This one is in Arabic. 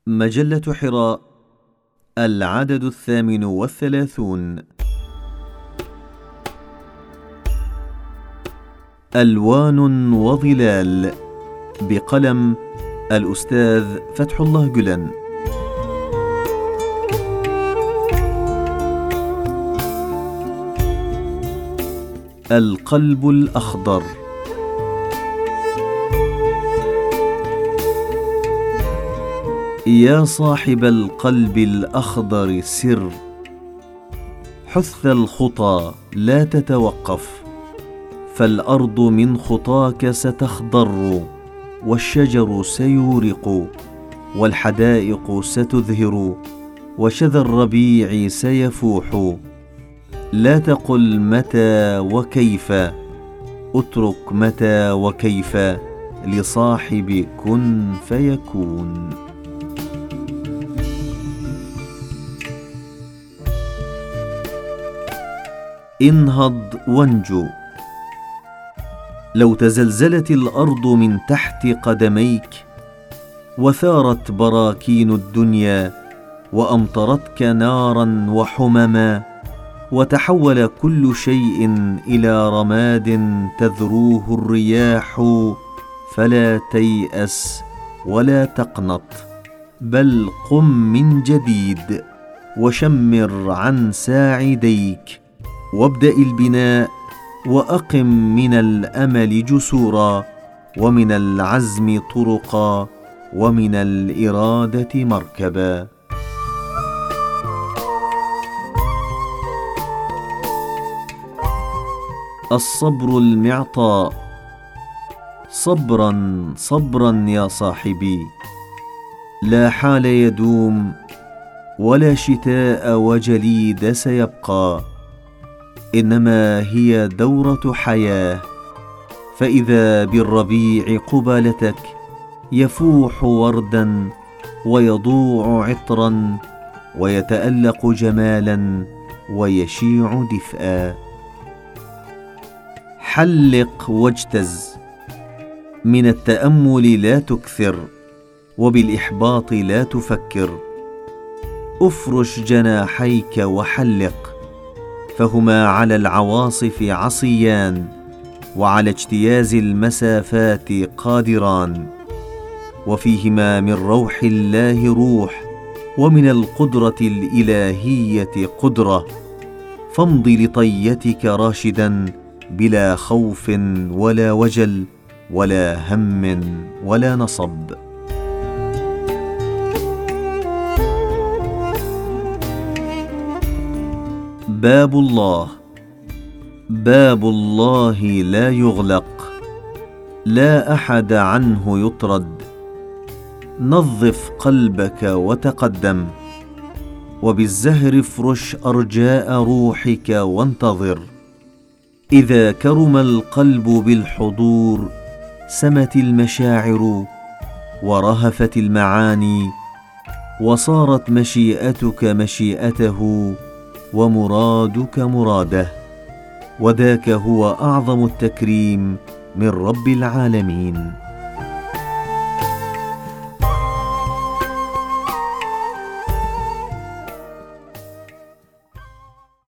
مجلة حراء، العدد 38. ألوان وظلال، بقلم الأستاذ فتح الله جلن. القلب الأخضر. يا صاحب القلب الأخضر سر، حث الخطى لا تتوقف، فالأرض من خطاك ستخضر، والشجر سيورق، والحدائق ستزهر، وشذا الربيع سيفوح. لا تقل متى وكيف، اترك متى وكيف لصاحب كن فيكون. انهض وانجو. لو تزلزلت الأرض من تحت قدميك، وثارت براكين الدنيا، وأمطرتك نارا وحمما، وتحول كل شيء إلى رماد تذروه الرياح، فلا تيأس ولا تقنط، بل قم من جديد، وشمر عن ساعديك، وابدأ البناء، وأقم من الأمل جسورا، ومن العزم طرقا، ومن الإرادة مركبا. الصبر المعطاء. صبرا صبرا يا صاحبي، لا حال يدوم، ولا شتاء وجليد سيبقى، إنما هي دورة حياة. فإذا بالربيع قبالتك يفوح وردا، ويضوع عطرا، ويتألق جمالا، ويشيع دفئا. حلق واجتز. من التأمل لا تكثر، وبالإحباط لا تفكر. افرش جناحيك وحلق، فهما على العواصف عصيان، وعلى اجتياز المسافات قادران، وفيهما من روح الله روح، ومن القدرة الإلهية قدرة. فامض لطيتك راشدا، بلا خوف ولا وجل، ولا هم ولا نصب. باب الله. باب الله لا يغلق، لا أحد عنه يطرد. نظف قلبك وتقدم، وبالزهر افرش أرجاء روحك وانتظر. إذا كرم القلب بالحضور، سمت المشاعر، ورهفت المعاني، وصارت مشيئتك مشيئته، ومرادك مراده، وذاك هو أعظم التكريم من رب العالمين.